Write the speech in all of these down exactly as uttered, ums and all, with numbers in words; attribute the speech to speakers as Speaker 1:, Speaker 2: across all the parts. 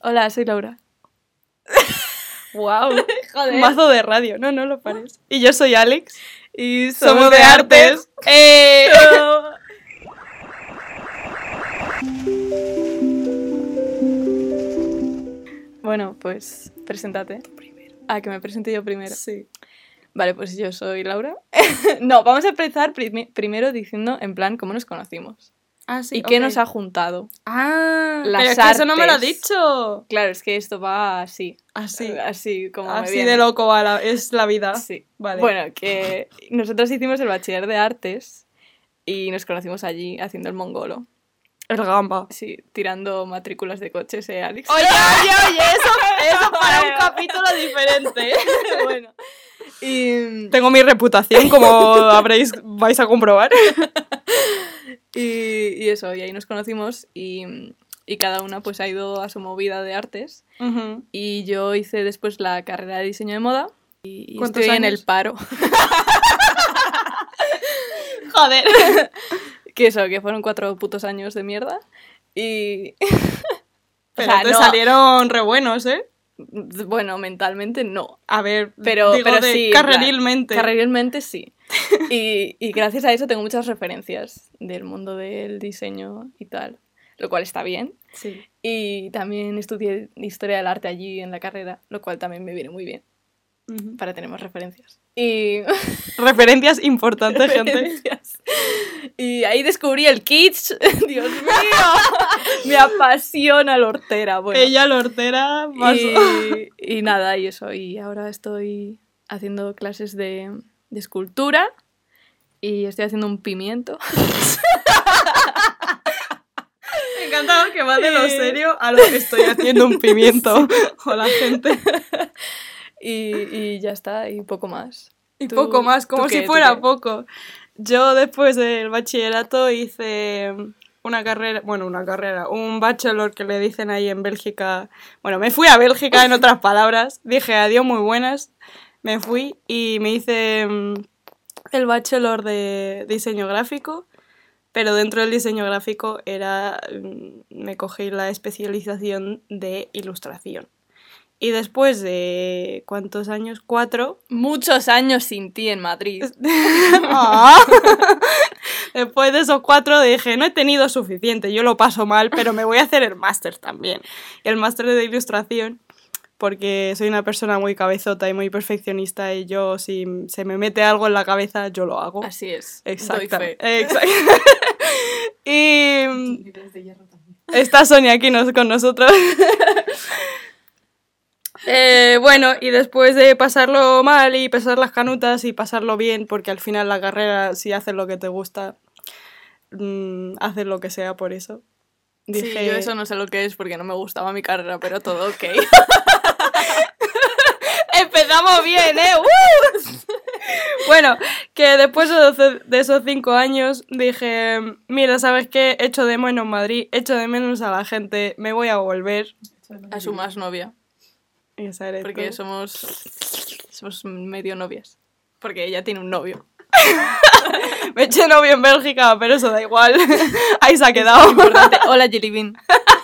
Speaker 1: Hola, soy Laura.
Speaker 2: Wow,
Speaker 1: Joder.
Speaker 2: mazo de radio, no, no lo pares. Y yo soy Alex
Speaker 1: Y
Speaker 2: somos,
Speaker 1: somos
Speaker 2: de artes. ¡Eh!
Speaker 1: Bueno, pues preséntate.
Speaker 2: Primero.
Speaker 1: Ah, que me presente yo primero.
Speaker 2: Sí.
Speaker 1: Vale, pues yo soy Laura. No, vamos a empezar primi- primero diciendo, en plan, cómo nos conocimos.
Speaker 2: Ah, sí.
Speaker 1: ¿Y qué
Speaker 2: ok.
Speaker 1: nos ha juntado?
Speaker 2: Ah,
Speaker 1: Las
Speaker 2: pero es que eso no me lo ha
Speaker 1: artes.
Speaker 2: dicho.
Speaker 1: Claro, es que esto va así.
Speaker 2: Así.
Speaker 1: Así como me
Speaker 2: Así
Speaker 1: viene.
Speaker 2: de loco va la- es la vida.
Speaker 1: Sí.
Speaker 2: Vale.
Speaker 1: Bueno, que nosotros hicimos el bachiller de artes y nos conocimos allí haciendo el mongolo.
Speaker 2: El gamba.
Speaker 1: Sí, tirando matrículas de coches, ¿eh, Alex?
Speaker 2: Oye, oye, oye, eso, eso para un
Speaker 1: Vale.
Speaker 2: capítulo diferente.
Speaker 1: Bueno. Y,
Speaker 2: Tengo mi reputación, como habréis, vais a comprobar.
Speaker 1: y, y eso, y ahí nos conocimos y, y cada una pues ha ido a su movida de artes.
Speaker 2: Ujú.
Speaker 1: Y yo hice después la carrera de diseño de moda y, y
Speaker 2: ¿Cuántos
Speaker 1: estoy en
Speaker 2: años?
Speaker 1: el paro.
Speaker 2: Joder.
Speaker 1: Que eso, que fueron cuatro putos años de mierda. Y...
Speaker 2: Pero
Speaker 1: o sea,
Speaker 2: te
Speaker 1: no-
Speaker 2: salieron re buenos, ¿eh?
Speaker 1: Bueno, mentalmente no.
Speaker 2: A ver,
Speaker 1: Pero,
Speaker 2: digo
Speaker 1: pero
Speaker 2: de
Speaker 1: sí. en plan,
Speaker 2: carrerilmente.
Speaker 1: Carrerilmente sí. Y, y gracias a eso tengo muchas referencias del mundo del diseño y tal. Lo cual está bien.
Speaker 2: Sí.
Speaker 1: Y también estudié historia del arte allí en la carrera, lo cual también me viene muy bien
Speaker 2: Ujú.
Speaker 1: para tener más referencias. Y...
Speaker 2: Referencias importantes, gente.
Speaker 1: referencias. Y ahí descubrí el kitsch. Dios mío. Me apasiona la hortera. Bueno.
Speaker 2: Ella, la hortera, más...
Speaker 1: Y, y nada, y eso. Y ahora estoy haciendo clases de, de escultura y estoy haciendo un pimiento.
Speaker 2: Me ha encantado que va de lo
Speaker 1: Y-
Speaker 2: serio a lo que estoy haciendo un pimiento. Hola, gente.
Speaker 1: Y, y ya está, y poco más.
Speaker 2: Y
Speaker 1: ¿Tú-
Speaker 2: poco más,
Speaker 1: tú
Speaker 2: como
Speaker 1: qué,
Speaker 2: si
Speaker 1: tú
Speaker 2: fuera
Speaker 1: qué?
Speaker 2: poco. Yo después del bachillerato hice una carrera, bueno, una carrera, un bachelor que le dicen ahí en Bélgica. Bueno, me fui a Bélgica, en otras palabras. Dije adiós, muy buenas. Me fui y me hice mm, el bachelor de diseño gráfico. Pero dentro del diseño gráfico era, mm, me cogí la especialización de ilustración. Y después de, ¿cuántos años? Cuatro.
Speaker 1: Muchos años sin ti en Madrid.
Speaker 2: Ah. Después de esos cuatro dije, no he tenido suficiente, yo lo paso mal, pero me voy a hacer el máster también. El máster de ilustración, porque soy una persona muy cabezota y muy perfeccionista y yo, si se me mete algo en la cabeza, yo lo hago.
Speaker 1: Así es.
Speaker 2: Exacto.
Speaker 1: Doy fe.
Speaker 2: Exacto. Y está Sonia aquí nos- con nosotros. Eh, bueno, y después de pasarlo mal y pasar las canutas y pasarlo bien, porque al final la carrera, si haces lo que te gusta, mm, haces lo que sea por eso. Dije,
Speaker 1: Sí, yo eso no sé lo que es porque no me gustaba mi carrera, pero todo ok.
Speaker 2: empezamos bien, ¿eh? ¡Uh! Bueno, que después de doce de esos cinco años dije, mira, ¿sabes qué? Echo de menos Madrid, echo de menos a la gente, me voy a volver.
Speaker 1: A su más novia.
Speaker 2: Y esa eres
Speaker 1: Porque
Speaker 2: tú.
Speaker 1: somos, somos medio novias. Porque ella tiene un novio.
Speaker 2: Me eché novio en Bélgica, pero eso da igual. Ahí se ha quedado.
Speaker 1: Importante. Hola, Jelly Bean.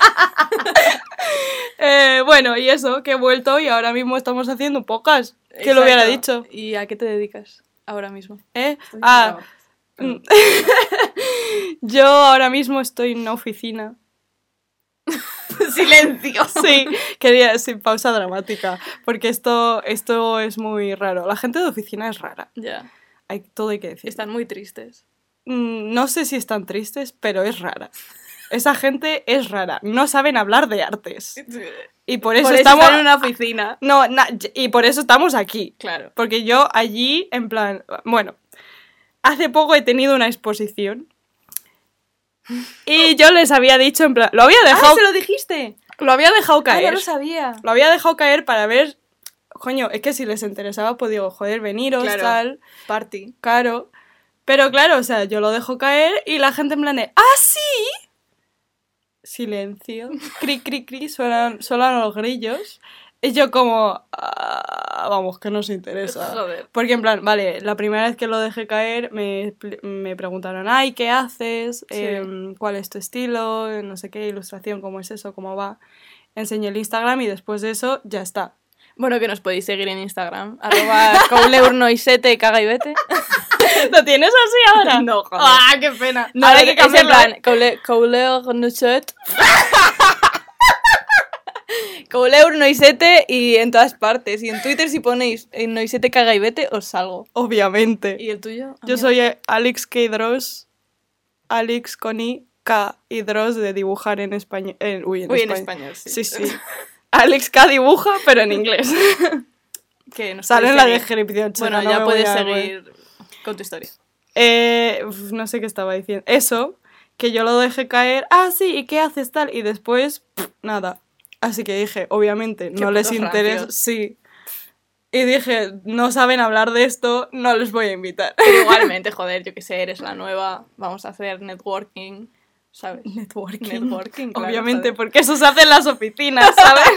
Speaker 2: Eh, bueno, y eso, que he vuelto y ahora mismo estamos haciendo un podcast. ¿Quién lo hubiera dicho?
Speaker 1: ¿Y a qué te dedicas ahora mismo?
Speaker 2: ¿Eh? Ah, mm. Yo ahora mismo estoy en una oficina.
Speaker 1: Silencio.
Speaker 2: Sí, quería decir pausa dramática, porque esto, esto es muy raro. La gente de oficina es rara.
Speaker 1: Ya.
Speaker 2: Hay, todo hay que decir.
Speaker 1: Están muy tristes.
Speaker 2: Mm, No sé si están tristes, pero es rara. Esa gente es rara. No saben hablar de artes. Y por eso
Speaker 1: Por eso
Speaker 2: estamos...
Speaker 1: están en una oficina.
Speaker 2: No, na- y por eso estamos aquí.
Speaker 1: Claro.
Speaker 2: Porque yo allí, en plan... Bueno, hace poco he tenido una exposición. Y yo les había dicho, en plan... Lo había
Speaker 1: ¡Ah,
Speaker 2: dejado,
Speaker 1: se lo dijiste!
Speaker 2: lo había dejado
Speaker 1: Ah,
Speaker 2: caer.
Speaker 1: no lo sabía.
Speaker 2: Lo había dejado caer para ver... Coño, es que si les interesaba, pues digo, joder, veniros,
Speaker 1: Claro.
Speaker 2: tal...
Speaker 1: Party.
Speaker 2: Claro. Pero claro, o sea, yo lo dejo caer y la gente en plan de... ¡Ah, sí! Silencio. Cri, cri, cri, suenan, suenan los grillos. Y yo como, ah, vamos, que no os interesa.
Speaker 1: Joder.
Speaker 2: Porque en plan, vale, la primera vez que lo dejé caer me, me preguntaron, ay, ¿qué haces?
Speaker 1: Sí.
Speaker 2: Eh, ¿Cuál es tu estilo? No sé qué, ilustración, ¿cómo es eso? ¿Cómo va? Enseñé el Instagram y después de eso ya está.
Speaker 1: Bueno, que nos podéis seguir en Instagram, arroba couleurnoisete, caga y vete.
Speaker 2: ¿Lo tienes así ahora?
Speaker 1: No, joder.
Speaker 2: ¡Ah, qué pena!
Speaker 1: No,
Speaker 2: ahora
Speaker 1: es
Speaker 2: hay que
Speaker 1: en
Speaker 2: cambiarlo.
Speaker 1: plan, coule, couleurnoisete. Couleurnoisete y en todas partes. Y en Twitter si ponéis en noisete, caga y vete, os salgo.
Speaker 2: Obviamente.
Speaker 1: ¿Y el tuyo?
Speaker 2: Yo
Speaker 1: amigo?
Speaker 2: soy eh, Alex K. Dross, Alex con I, K y Dross de dibujar en español. Eh, uy, en
Speaker 1: Uy, en
Speaker 2: español.
Speaker 1: español, sí.
Speaker 2: Sí, sí. Alex K dibuja, pero en inglés.
Speaker 1: Que nos
Speaker 2: Sale en
Speaker 1: podéis
Speaker 2: la
Speaker 1: seguir.
Speaker 2: descripción. chica,
Speaker 1: Bueno,
Speaker 2: no
Speaker 1: ya
Speaker 2: me
Speaker 1: puedes
Speaker 2: voy a-
Speaker 1: seguir con tu historia.
Speaker 2: Eh, uf, no sé qué estaba diciendo. Eso, que yo lo dejé caer. Ah, sí, ¿y qué haces tal? Y después, pff, nada. Así que dije, obviamente,
Speaker 1: Qué
Speaker 2: no les
Speaker 1: putos
Speaker 2: interesa.
Speaker 1: rancios.
Speaker 2: Sí. Y dije, no saben hablar de esto, no les voy a invitar.
Speaker 1: Pero igualmente, joder, yo que sé, eres la nueva, vamos a hacer networking, ¿sabes?
Speaker 2: Networking.
Speaker 1: Networking, claro,
Speaker 2: Obviamente,
Speaker 1: joder.
Speaker 2: porque eso se hace en las oficinas, ¿sabes?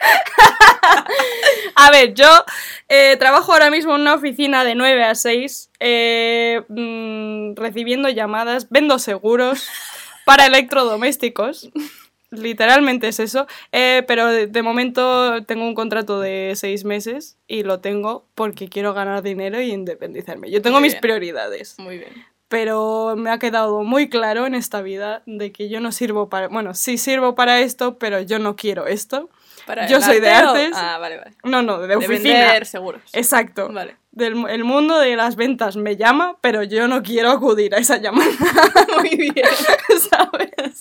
Speaker 2: A ver, yo eh, trabajo ahora mismo en una oficina de nueve a seis, eh, mm, recibiendo llamadas, vendo seguros para electrodomésticos. Literalmente es eso, eh, pero de, de momento tengo un contrato de seis meses y lo tengo porque quiero ganar dinero y independizarme. Yo tengo
Speaker 1: Muy
Speaker 2: mis
Speaker 1: bien.
Speaker 2: prioridades,
Speaker 1: Muy bien.
Speaker 2: pero me ha quedado muy claro en esta vida de que yo no sirvo para... Bueno, sí sirvo para esto, pero yo no quiero esto.
Speaker 1: ¿Para
Speaker 2: Yo
Speaker 1: el
Speaker 2: soy de
Speaker 1: arte o-
Speaker 2: artes.
Speaker 1: Ah, vale, vale.
Speaker 2: No, no, de
Speaker 1: De
Speaker 2: oficina.
Speaker 1: vender seguros.
Speaker 2: Exacto.
Speaker 1: Vale.
Speaker 2: Del, el mundo de las ventas me llama, pero yo no quiero acudir a esa llamada.
Speaker 1: Muy bien.
Speaker 2: ¿Sabes?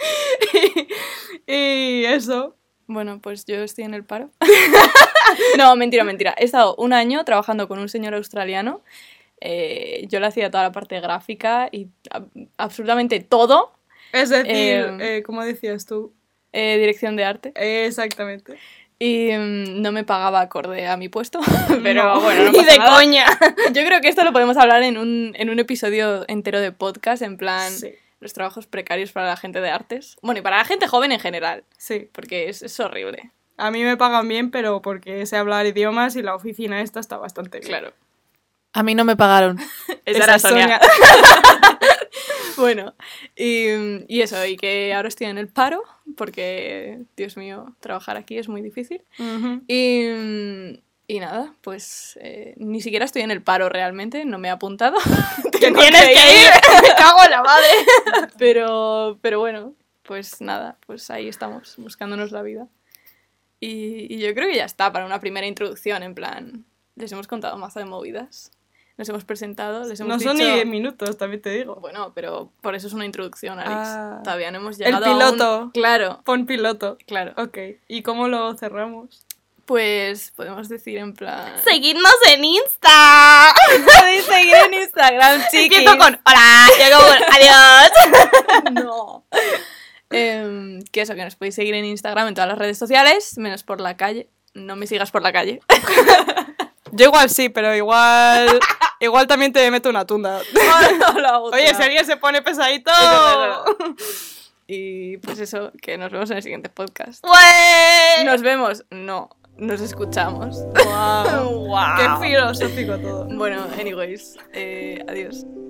Speaker 2: Y, y eso.
Speaker 1: Bueno, pues yo estoy en el paro. No, mentira, mentira. He estado un año trabajando con un señor australiano. Eh, yo le hacía toda la parte gráfica y a- absolutamente todo.
Speaker 2: Es decir,
Speaker 1: Eh,
Speaker 2: eh, ¿cómo decías tú?
Speaker 1: Eh, dirección de arte.
Speaker 2: Eh, exactamente.
Speaker 1: Y mm, no me pagaba acorde a mi puesto. Pero
Speaker 2: No,
Speaker 1: bueno, no
Speaker 2: ni
Speaker 1: pasa
Speaker 2: de
Speaker 1: nada.
Speaker 2: coña.
Speaker 1: Yo creo que esto lo podemos hablar en un, en un episodio entero de podcast, en plan
Speaker 2: Sí.
Speaker 1: los trabajos precarios para la gente de artes. Bueno, y para la gente joven en general,
Speaker 2: Sí.
Speaker 1: porque es, es horrible.
Speaker 2: A mí me pagan bien, pero porque sé hablar idiomas y la oficina esta está bastante bien.
Speaker 1: Claro.
Speaker 3: A mí no me pagaron.
Speaker 1: Esa
Speaker 2: Esa
Speaker 1: era
Speaker 2: es
Speaker 1: Sonia.
Speaker 2: Sonia.
Speaker 1: Bueno, y, y eso, y que ahora estoy en el paro, porque, Dios mío, trabajar aquí es muy difícil.
Speaker 2: Ujú.
Speaker 1: Y, y nada, pues eh, ni siquiera estoy en el paro realmente, no me he apuntado.
Speaker 2: ¡Que
Speaker 1: Tengo
Speaker 2: tienes que ir! ¡Me cago en la madre!
Speaker 1: Pero, pero bueno, pues nada, pues ahí estamos, buscándonos la vida. Y, y yo creo que ya está para una primera introducción, en plan, les hemos contado mazo de movidas, nos hemos presentado, les hemos
Speaker 2: No
Speaker 1: dicho...
Speaker 2: son ni diez minutos, también te digo.
Speaker 1: Bueno, pero por eso es una introducción, Alex.
Speaker 2: Ah.
Speaker 1: Todavía no hemos
Speaker 2: El
Speaker 1: llegado a un-
Speaker 2: piloto.
Speaker 1: Claro,
Speaker 2: Pon piloto.
Speaker 1: claro.
Speaker 2: Ok. ¿Y cómo lo cerramos?
Speaker 1: Pues podemos decir en plan...
Speaker 2: ¡Seguidnos en Insta!
Speaker 1: Podéis seguir en Instagram, chiquis.
Speaker 2: Empiezo con hola, y luego con adiós.
Speaker 1: No. Em, que eso, que nos podéis seguir en Instagram, en todas las redes sociales, menos por la calle. No me sigas por la calle.
Speaker 2: Yo igual sí, pero igual igual también te meto una tunda.
Speaker 1: No, no lo hago
Speaker 2: Oye,
Speaker 1: otra.
Speaker 2: si alguien se pone pesadito...
Speaker 1: Eso, eso, Y pues eso, que nos vemos en el siguiente podcast.
Speaker 2: ¡Ué!
Speaker 1: ¿Nos vemos? No, nos escuchamos.
Speaker 2: Wow.
Speaker 1: Wow.
Speaker 2: Qué filosófico todo.
Speaker 1: Bueno, anyways, eh, adiós.